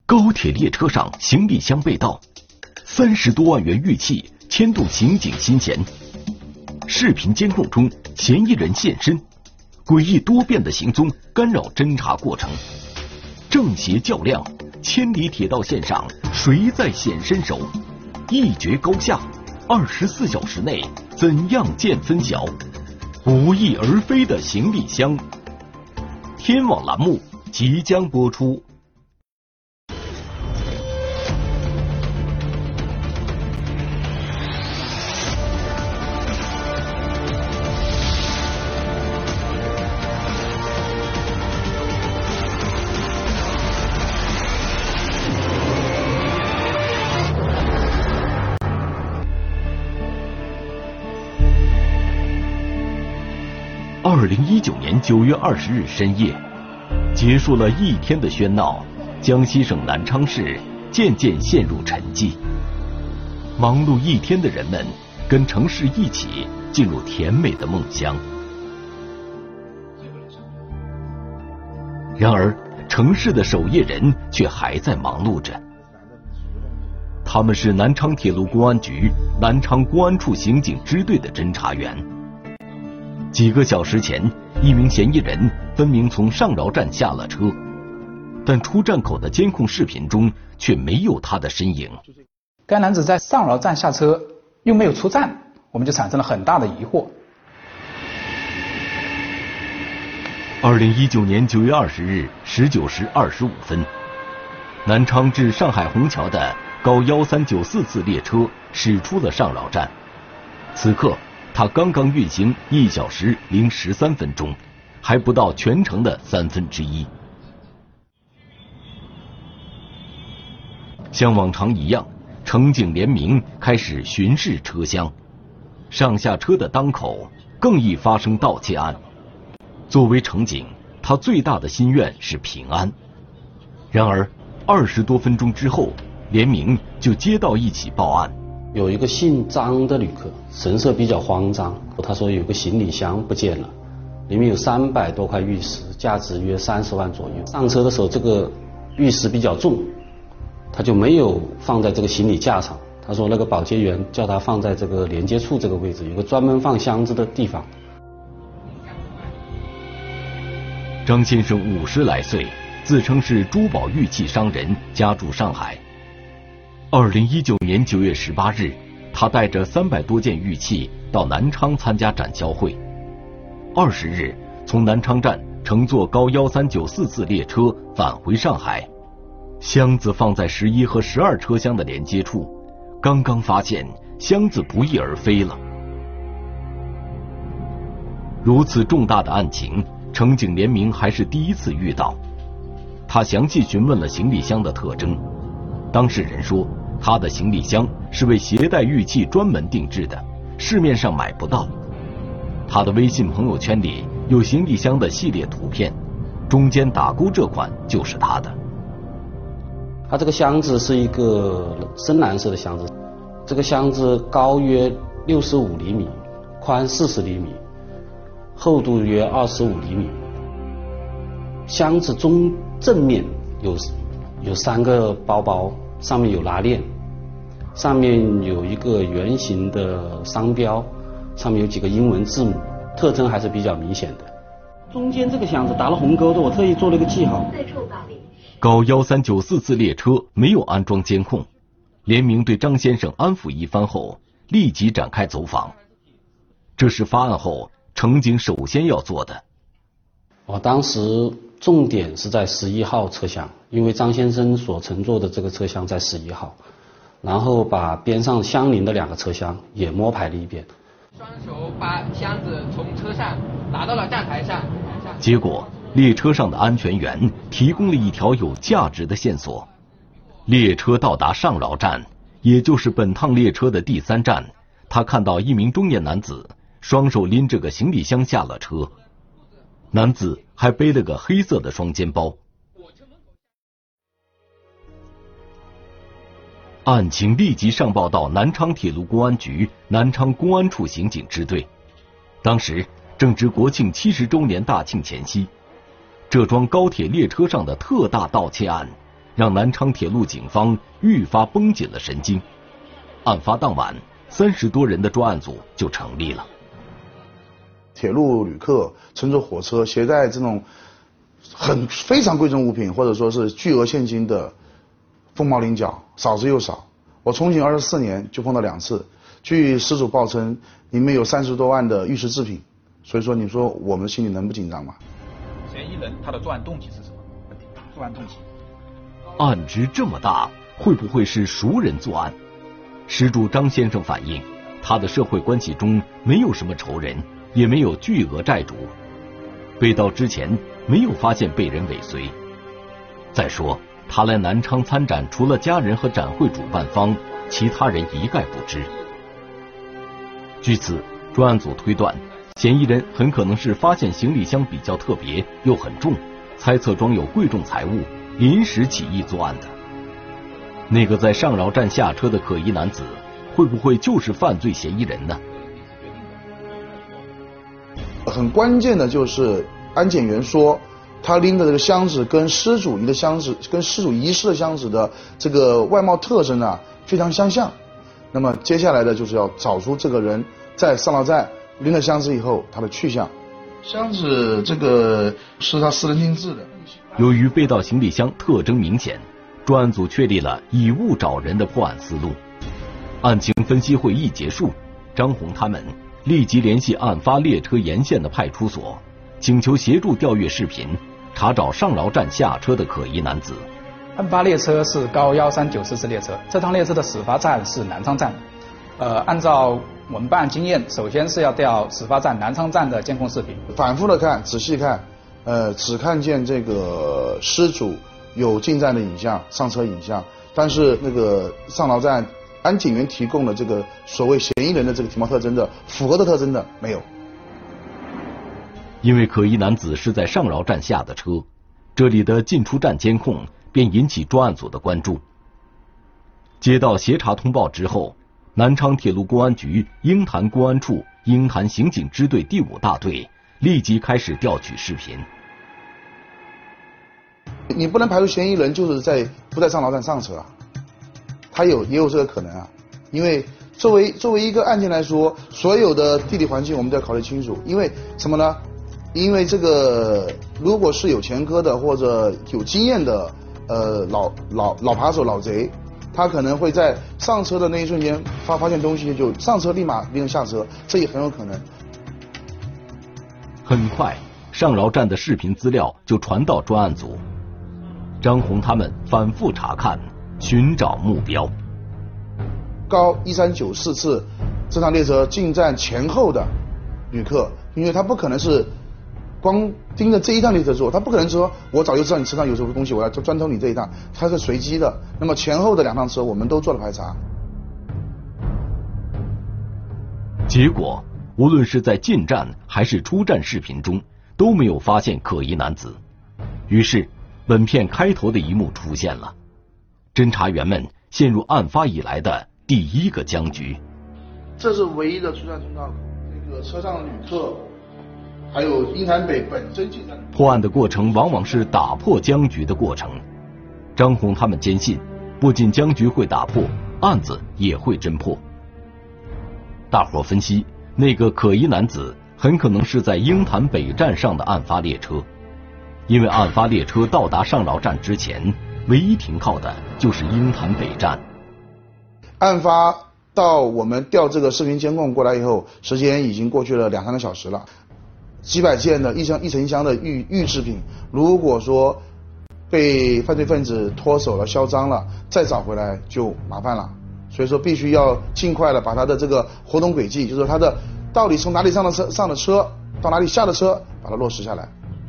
高铁列车上行李箱被盗，30多万元玉器牵动刑警心弦。视频监控中，嫌疑人现身，诡异多变的行踪干扰侦查过程。正邪较量，千里铁道线上谁在显身手？一决高下，24小时内怎样见分晓？不翼而飞的行李箱。天网栏目即将播出。2019年9月20日深夜，结束了一天的喧闹，江西省南昌市渐渐陷入沉寂。忙碌一天的人们跟城市一起进入甜美的梦乡。然而，城市的守夜人却还在忙碌着。他们是南昌铁路公安局南昌公安处刑警支队的侦查员。几个小时前，一名嫌疑人分明从上饶站下了车，但出站口的监控视频中却没有他的身影。 该男子在上饶站下车，又没有出站，我们就产生了很大的疑惑。 2019年9月20日19时25分，南昌至上海虹桥的高1394次列车驶出了上饶站。此刻，它刚刚运行1小时0 13分钟，还不到全程的1/3。像往常一样，乘警联名开始巡视车厢，上下车的当口更易发生盗窃案。作为乘警，他最大的心愿是平安。然而20多分钟之后，联名就接到一起报案。 有一个姓张的旅客，神色比较慌张。他说有个行李箱不见了，里面有300多块玉石，价值约30万左右。上车的时候，这个玉石比较重，他就没有放在这个行李架上。他说那个保洁员叫他放在这个连接处这个位置，有个专门放箱子的地方。 张先生50来岁，自称是珠宝玉器商人，家住上海。2019年9月18日，他带着300多件玉器到南昌参加展销会。20日，从南昌站乘坐高1394次列车返回上海，箱子放在11和12车厢的连接处，刚刚发现箱子不翼而飞了。如此重大的案情，乘警联名还是第一次遇到。他详细询问了行李箱的特征，当事人说，他的行李箱是为携带玉器专门定制的，市面上买不到。他的微信朋友圈里有行李箱的系列图片，中间打勾这款就是他的。 他这个箱子是一个深蓝色的箱子，这个箱子高约65厘米，宽40厘米，厚度约25厘米。箱子正面有3个包包，上面有拉链，上面有一个圆形的商标，上面有几个英文字母，特征还是比较明显的。中间这个箱子打了红勾的，我特意做了一个记号。 高1394次列车没有安装监控，联名对张先生安抚一番后，立即展开走访。这是发案后乘警首先要做的。 我当时重点是在11号车厢，因为张先生所乘坐的这个车厢在11号，然后把边上相邻的2个车厢也摸排了一遍。 双手把箱子从车上拿到了站台上。 结果，列车上的安全员提供了一条有价值的线索。列车到达上饶站，也就是本趟列车的第3站，他看到一名中年男子双手拎着个行李箱下了车，男子还背了个黑色的双肩包。案情立即上报到南昌铁路公安局南昌公安处刑警支队。当时正值国庆70周年大庆前夕，这桩高铁列车上的特大盗窃案让南昌铁路警方愈发绷紧了神经。案发当晚，30多人的专案组就成立了。 铁路旅客乘坐火车携带这种非常贵重物品，或者说是巨额现金的凤毛麟角，少之又少。我从警24年就碰到2次。据失主报称，里面有30多万的玉石制品。所以说，你说我们心里能不紧张吗？ 嫌疑人他的作案动机是什么？作案动机。 案值这么大，会不会是熟人作案？失主张先生反映，他的社会关系中没有什么仇人，也没有巨额债主。被盗之前没有发现被人尾随。再说，他来南昌参展，除了家人和展会主办方，其他人一概不知。据此，专案组推断，嫌疑人很可能是发现行李箱比较特别又很重，猜测装有贵重财物，临时起意作案的。那个在上饶站下车的可疑男子，会不会就是犯罪嫌疑人呢？ 很关键的就是安检员说，他拎的这个箱子跟失主遗的箱子、跟失主遗失的箱子的这个外貌特征啊非常相像。那么接下来的就是要找出这个人在上饶站拎了箱子以后他的去向。箱子这个是他私人定制的。 由于被盗行李箱特征明显，专案组确立了以物找人的破案思路。案情分析会议结束，张红他们立即联系案发列车沿线的派出所，请求协助调阅视频，查找上饶站下车的可疑男子。 案发列车是高13944次列车，这趟列车的始发站是南昌站。按照我们办案经验，首先是要调始发站南昌站的监控视频， 反复的看，仔细看，只看见这个失主有进站的影像、上车影像，但是那个上饶站安检员提供的这个所谓嫌疑人的这个体貌特征的符合的特征的没有。 因为可疑男子是在上饶站下的车，这里的进出站监控便引起专案组的关注。接到协查通报之后，南昌铁路公安局鹰潭公安处鹰潭刑警支队第5大队立即开始调取视频。 你不能排除嫌疑人就是不在上饶站上车啊，他也有这个可能啊。因为作为一个案件来说，所有的地理环境我们都要考虑清楚。因为什么呢？因为这个如果是有前科的或者有经验的老扒手老贼，他可能会在上车的那一瞬间发现东西就上车立马拎下车，这也很有可能。 很快，上饶站的视频资料就传到专案组，张红他们反复查看，寻找目标。 高1394次这趟列车进站前后的旅客，因为他不可能是光盯着这一趟列车坐，他不可能说我早就知道你车上有什么东西，我要专偷你这一趟，它是随机的。那么前后的2趟车我们都做了排查， 结果无论是在进站还是出站视频中都没有发现可疑男子。于是本片开头的一幕出现了，侦查员们陷入案发以来的第一个僵局。 这是唯一的出站通道口，这个车上的旅客还有鹰潭北本真进站。 破案的过程往往是打破僵局的过程。张红他们坚信，不仅僵局会打破，案子也会侦破。大伙分析，那个可疑男子很可能是在鹰潭北站上的案发列车，因为案发列车到达上饶站之前，唯一停靠的就是鹰潭北站。 案发到我们调这个视频监控过来以后，时间已经过去了2-3个小时了。几百件的一层一箱的玉制品，如果说被犯罪分子脱手了、销赃了，再找回来就麻烦了。所以说必须要尽快的把他的这个活动轨迹，就是他的到底从哪里上的车到哪里下的车，把它落实下来。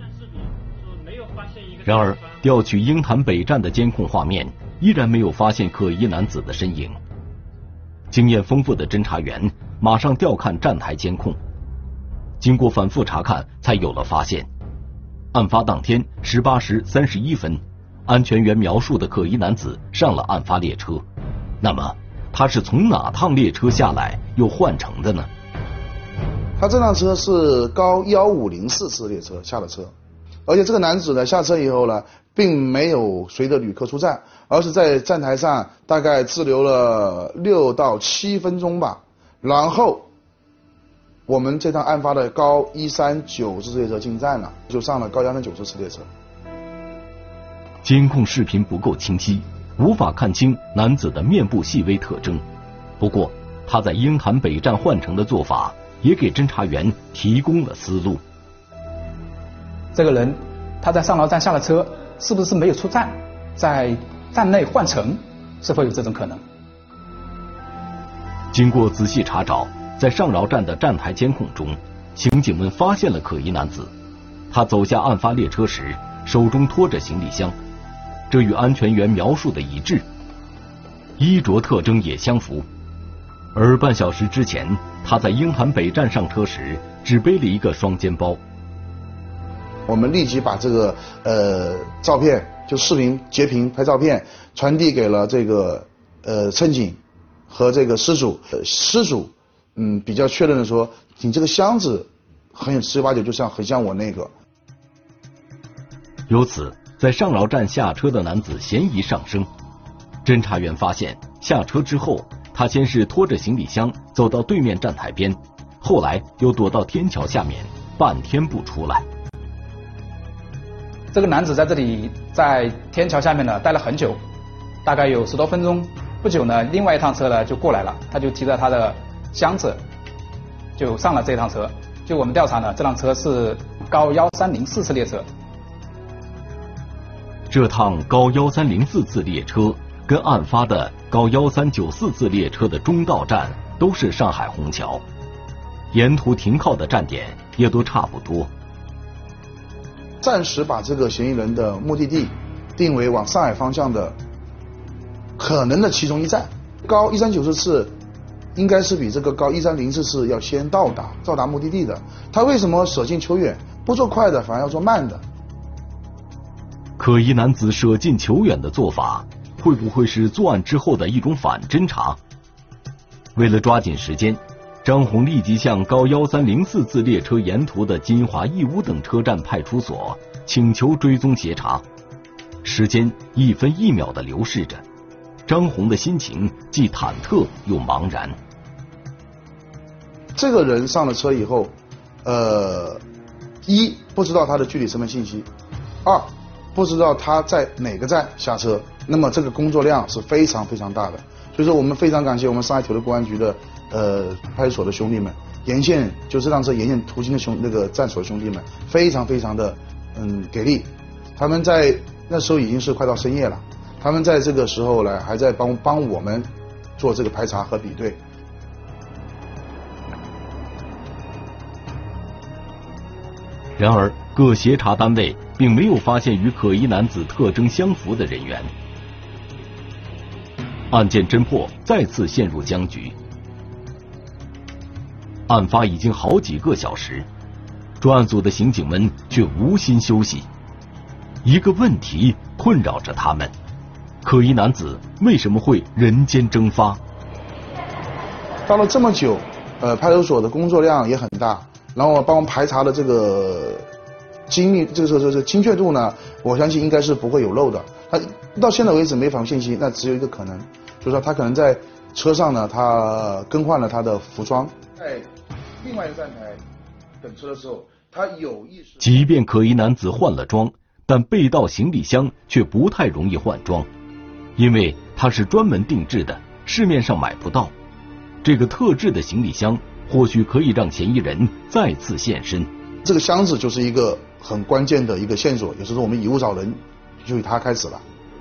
然而，调取鹰潭北站的监控画面依然没有发现可疑男子的身影。经验丰富的侦查员马上调看站台监控，经过反复查看，才有了发现。案发当天18时31分，安全员描述的可疑男子上了案发列车。那么，他是从哪趟列车下来又换乘的呢？ 他这辆车是高1504次列车下的车， 而且这个男子呢下车以后呢，并没有随着旅客出站，而是在站台上大概滞留了6到7分钟吧。然后我们这趟案发的高139次列车进站了，就上了高139次列车。 监控视频不够清晰，无法看清男子的面部细微特征。不过他在鹰潭北站换乘的做法也给侦查员提供了思路。 这个人他在上饶站下了车，是不是没有出站，在站内换乘，是否有这种可能？ 经过仔细查找，在上饶站的站台监控中，刑警们发现了可疑男子。他走下案发列车时，手中拖着行李箱，这与安全员描述的一致，衣着特征也相符。而半小时之前，他在鹰潭北站上车时，只背了一个双肩包。 我们立即把这个照片，就视频截屏拍照片，传递给了这个乘警和这个失主。失主比较确认的说，你这个箱子十有八九就很像我那个。 由此，在上饶站下车的男子嫌疑上升。侦查员发现，下车之后，他先是拖着行李箱走到对面站台边，后来又躲到天桥下面，半天不出来。 这个男子在这里在天桥下面呢待了很久，大概有10多分钟。不久呢，另外一趟车呢就过来了，他就提着他的箱子就上了这趟车。就我们调查呢，这辆车是高1304次列车。 这趟高1304次列车跟案发的高1394次列车的终到站都是上海虹桥，沿途停靠的站点也都差不多。 暂时把这个嫌疑人的目的地定为往上海方向的可能的其中一站。高139次应该是比这个高1304次要先到达目的地的。他为什么舍近求远，不做快的反而要做慢的？ 可疑男子舍近求远的做法，会不会是作案之后的一种反侦查？为了抓紧时间，张红立即向高1304次列车沿途的金华、义乌等车站派出所请求追踪协查。时间1分1秒的流逝着，张红的心情既忐忑又茫然。 这个人上了车以后，一不知道他的具体身份信息，二不知道他在哪个站下车，那么这个工作量是非常非常大的。所以说我们非常感谢我们上海铁路公安局的派出所的兄弟们，沿线就这辆车沿线途经的那个站所的兄弟们，非常非常的给力。他们在那时候已经是快到深夜了，他们在这个时候呢还在帮我们做这个排查和比对。 然而各协查单位并没有发现与可疑男子特征相符的人员，案件侦破再次陷入僵局。案发已经好几个小时，专案组的刑警们却无心休息。一个问题困扰着他们：可疑男子为什么会人间蒸发？ 到了这么久，派出所的工作量也很大，然后帮我们排查的这个精密，这个精确度呢，我相信应该是不会有漏的。他到现在为止没反馈信息，那只有一个可能，就是说他可能在车上呢，他更换了他的服装，在另外一个站台等车的时候，他有意识。 即便可疑男子换了装，但被盗行李箱却不太容易换装，因为它是专门定制的，市面上买不到。这个特制的行李箱或许可以让嫌疑人再次现身。 这个箱子就是一个很关键的一个线索，也就是说我们以物找人，就以它开始了。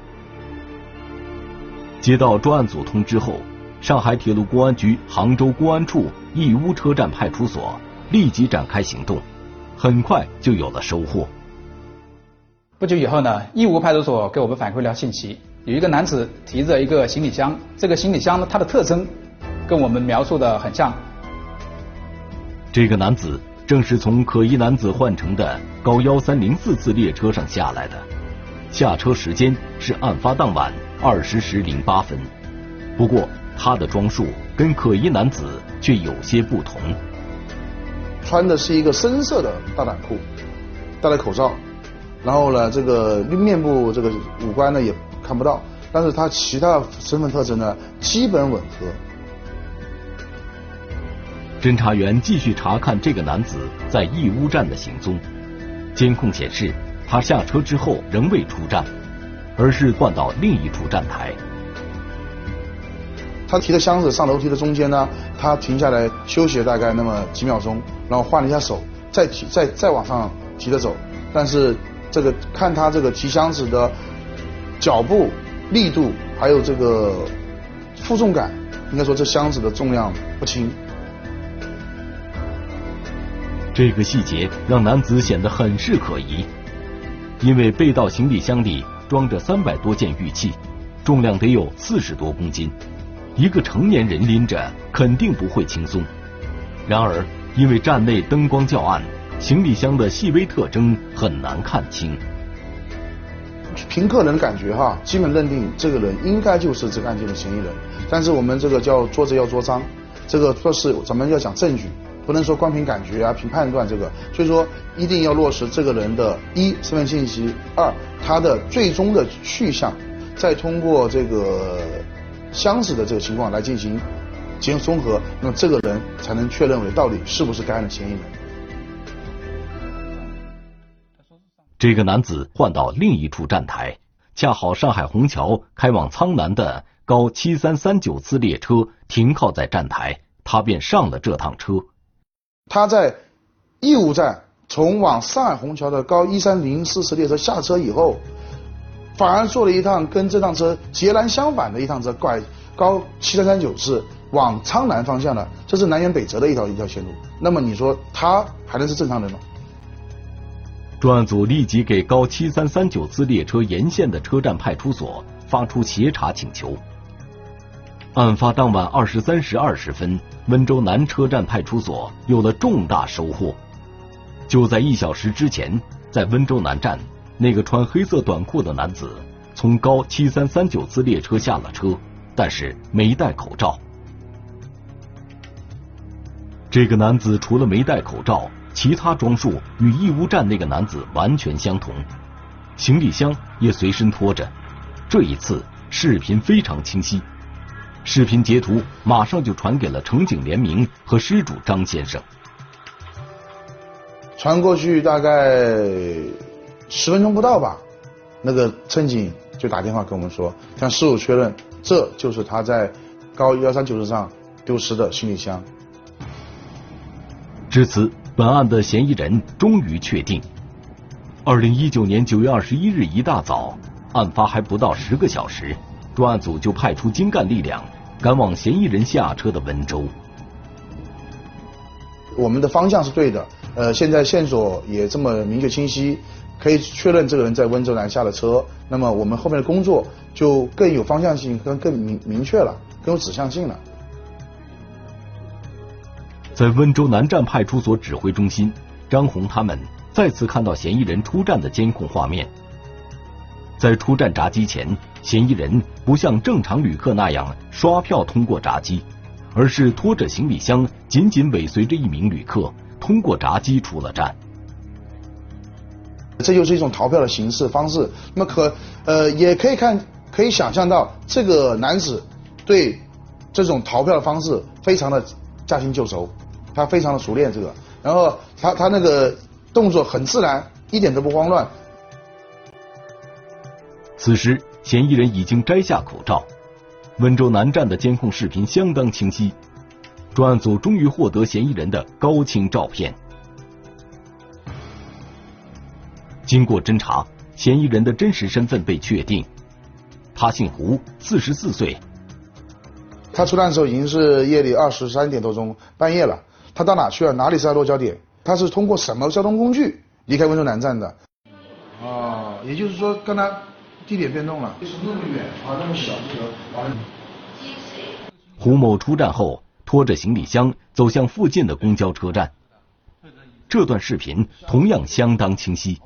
接到专案组通知后，上海铁路公安局杭州公安处义乌车站派出所立即展开行动，很快就有了收获。 不久以后呢，义乌派出所给我们反馈了信息，有一个男子提着一个行李箱，这个行李箱呢，它的特征跟我们描述的很像。 这个男子正是从可疑男子换乘的高1304次列车上下来的，下车时间是案发当晚20时08分。不过他的装束跟可疑男子却有些不同， 穿的是一个深色的大短裤，戴了口罩， 然后呢，这个面部这个五官呢也看不到，但是他其他身份特征呢基本吻合。 侦查员继续查看这个男子在义乌站的行踪，监控显示他下车之后仍未出站，而是换到另一处站台。 他提着箱子上楼梯的中间呢，他停下来休息了大概那么几秒钟，然后换了一下手，再往上提着走。但是这个看他这个提箱子的脚步力度，还有这个负重感，应该说这箱子的重量不轻。 这个细节让男子显得很是可疑，因为被盗行李箱里装着300多件玉器，重量得有40多公斤，一个成年人拎着肯定不会轻松。然而，因为站内灯光较暗，行李箱的细微特征很难看清。 凭个人感觉哈，基本认定这个人应该就是这个案件的嫌疑人。但是我们这个叫捉贼要捉赃，这个说是咱们要讲证据，不能说光凭感觉啊，凭判断这个。所以说一定要落实这个人的一身份信息，二他的最终的去向，再通过这个箱子的这个情况来进行综合，那么这个人才能确认为到底是不是该案的嫌疑人。 这个男子换到另一处站台，恰好上海虹桥开往苍南的高7339次列车停靠在站台，他便上了这趟车。 他在义乌站从往上海虹桥的高1304次列车下车以后，反而坐了一趟跟这趟车截然相反的一趟车，拐高7339次往苍南方向的，这是南辕北辙的一条线路。那么你说他还能是正常人吗？ 专案组立即给高7339次列车沿线的车站派出所发出协查请求。案发当晚23时20分，温州南车站派出所有了重大收获。就在1小时之前，在温州南站，那个穿黑色短裤的男子从高7339次列车下了车，但是没戴口罩。这个男子除了没戴口罩，其他装束与义乌站那个男子完全相同，行李箱也随身拖着。这一次视频非常清晰，视频截图马上就传给了乘警联名和失主张先生。 传过去大概10分钟不到吧，那个乘警就打电话跟我们说，向失主确认这就是他在高139次上丢失的行李箱。 至此，本案的嫌疑人终于确定。2019年9月21日一大早，案发还不到10个小时，专案组就派出精干力量赶往嫌疑人下车的温州。 我们的方向是对的，现在线索也这么明确清晰，可以确认这个人在温州南下了车，那么我们后面的工作就更有方向性，更明确了，更有指向性了。 在温州南站派出所指挥中心，张红他们再次看到嫌疑人出站的监控画面。在出站闸机前，嫌疑人不像正常旅客那样刷票通过闸机，而是拖着行李箱紧紧尾随着一名旅客通过闸机出了站。 这就是一种逃票的形式方式。那么也可以想象到，这个男子对这种逃票的方式非常的驾轻就熟，他非常的熟练这个，然后他那个动作很自然，一点都不慌乱。 此时，嫌疑人已经摘下口罩。温州南站的监控视频相当清晰，专案组终于获得嫌疑人的高清照片。经过侦查，嫌疑人的真实身份被确定，他姓胡，44岁。 他出站的时候已经是夜里23点多钟，半夜了。他到哪去了？哪里是他落脚点？他是通过什么交通工具离开温州南站的？哦，也就是说跟他地点变动了。为什么那么远啊？那么小这个完了。 胡某出站后，拖着行李箱走向附近的公交车站。这段视频同样相当清晰。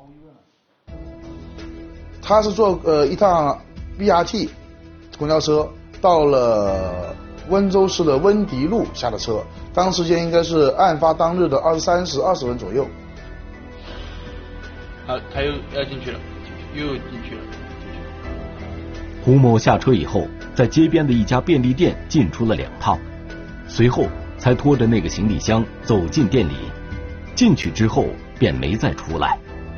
他是坐一趟 BRT 公交车到了温州市的温迪路下的车，当时间应该是案发当日的23时20分左右。 他又要进去了，又进去了。 胡某下车以后，在街边的一家便利店进出了2趟，随后才拖着那个行李箱走进店里，进去之后便没再出来。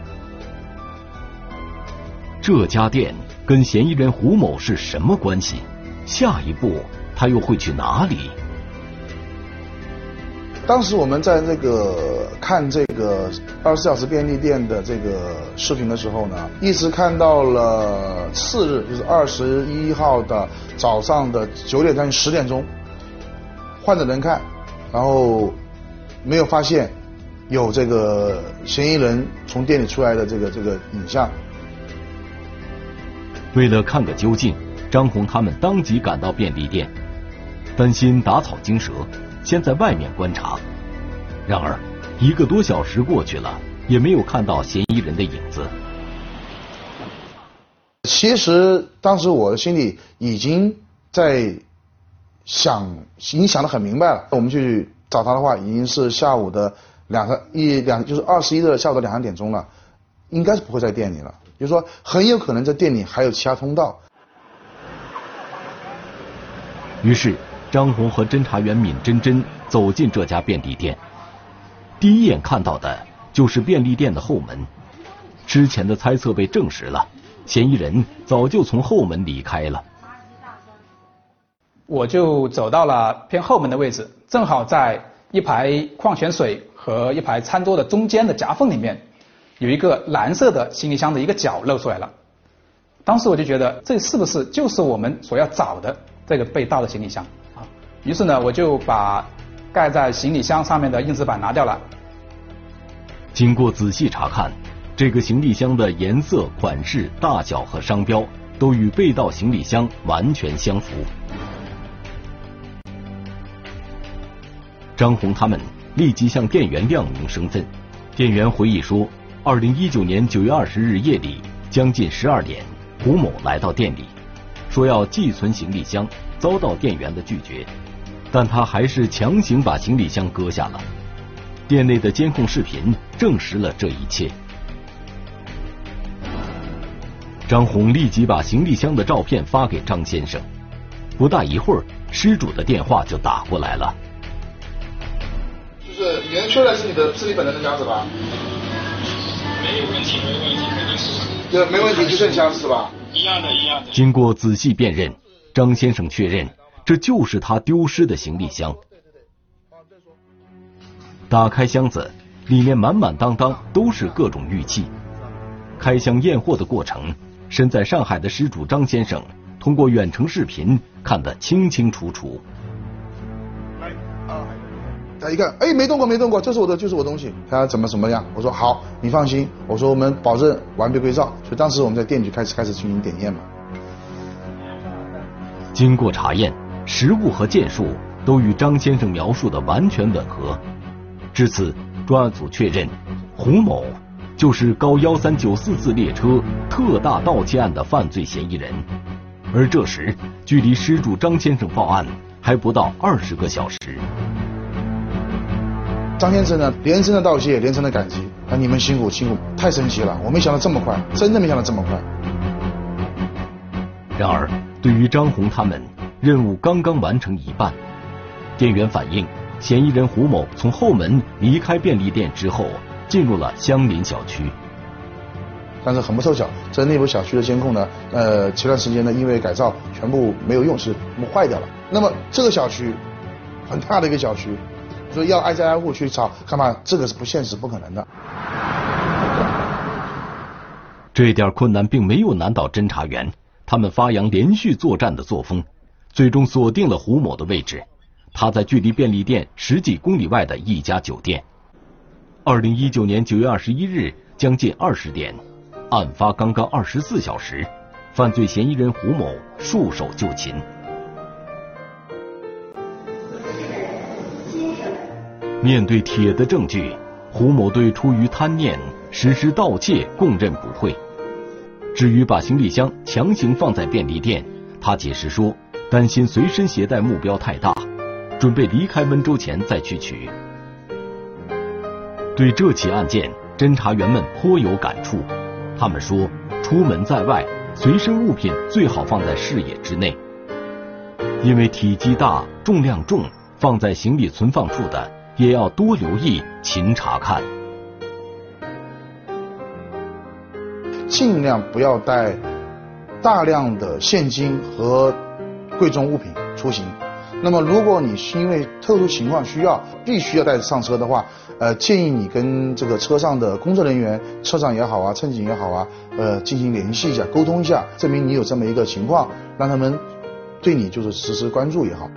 这家店跟嫌疑人胡某是什么关系？下一步他又会去哪里？ 当时我们在这个看这个24小时便利店的这个视频的时候呢，一直看到了次日，就是21号的早上的9点将近10点钟，换着人看，然后没有发现有这个嫌疑人从店里出来的这个影像。 为了看个究竟，张红他们当即赶到便利店，担心打草惊蛇，先在外面观察。然而1个多小时过去了，也没有看到嫌疑人的影子。 其实当时我的心里已经在想得很明白了。我们去找他的话，已经是下午的就是21日下午的2、3点钟了，应该是不会在店里了。就是说，很有可能在店里还有其他通道。 于是张红和侦查员闵真真走进这家便利店，第一眼看到的就是便利店的后门。之前的猜测被证实了，嫌疑人早就从后门离开了。 我就走到了偏后门的位置，正好在一排矿泉水和一排餐桌的中间的夹缝里面，有一个蓝色的行李箱的一个角露出来了。当时我就觉得，这是不是就是我们所要找的这个被盗的行李箱啊？于是呢，我就把盖在行李箱上面的硬纸板拿掉了。 经过仔细查看，这个行李箱的颜色、款式、大小和商标都与被盗行李箱完全相符。张红他们立即向店员亮明身份。店员回忆说，2019年9月20日夜里将近12点，胡某来到店里，说要寄存行李箱，遭到店员的拒绝，但他还是强行把行李箱割下了。店内的监控视频证实了这一切。张红立即把行李箱的照片发给张先生，不大一会儿，失主的电话就打过来了。 就是你能确认是你本人的箱子吧？ 没有问题，没问题，肯定是。 对，没问题，就剩箱子是吧？ 一样的。 经过仔细辨认，张先生确认这就是他丢失的行李箱。打开箱子，里面满满当当都是各种玉器。开箱验货的过程，身在上海的失主张先生通过远程视频看得清清楚楚。 他一看，没动过，这是我的东西。他怎么样？我说好，你放心，我说我们保证完璧归赵。所以当时我们在店里开始进行点验嘛。 经过查验，实物和件数都与张先生描述的完全吻合。至此，专案组确认胡某就是高1394次列车特大盗窃案的犯罪嫌疑人。而这时，距离失主张先生报案还不到20个小时。 张先生呢，连声的道谢，连声的感激，你们辛苦，太神奇了，我没想到这么快，真的没想到这么快。 然而，对于张红他们，任务刚刚完成一半。店员反映，嫌疑人胡某从后门离开便利店之后，进入了相邻小区。 但是很不凑巧，这内部小区的监控呢，前段时间呢，因为改造全部没有用，是坏掉了。那么这个小区，很大的一个小区。所以要挨家挨户去找，干嘛？这个是不现实、不可能的。 这点困难并没有难倒侦查员，他们发扬连续作战的作风，最终锁定了胡某的位置。他在距离便利店10几公里外的一家酒店。2019年9月21日将近20点，案发刚刚24小时，犯罪嫌疑人胡某束手就擒。面对铁的证据，胡某对出于贪念实施盗窃供认不讳。至于把行李箱强行放在便利店，他解释说担心随身携带目标太大，准备离开温州前再去取。对这起案件， 侦查员们颇有感触。他们说，出门在外，随身物品最好放在视野之内，因为体积大、重量重，放在行李存放处的也要多留意、勤查看。 尽量不要带大量的现金和贵重物品出行。那么如果你是因为特殊情况需要必须要带上车的话，建议你跟这个车上的工作人员、车长也好啊、乘警也好啊，进行联系一下、沟通一下，证明你有这么一个情况，让他们对你就是实时关注也好。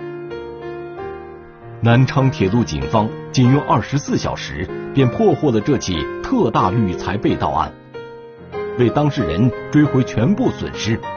南昌铁路警方仅用24小时便破获了这起特大绿财被盗案，为当事人追回全部损失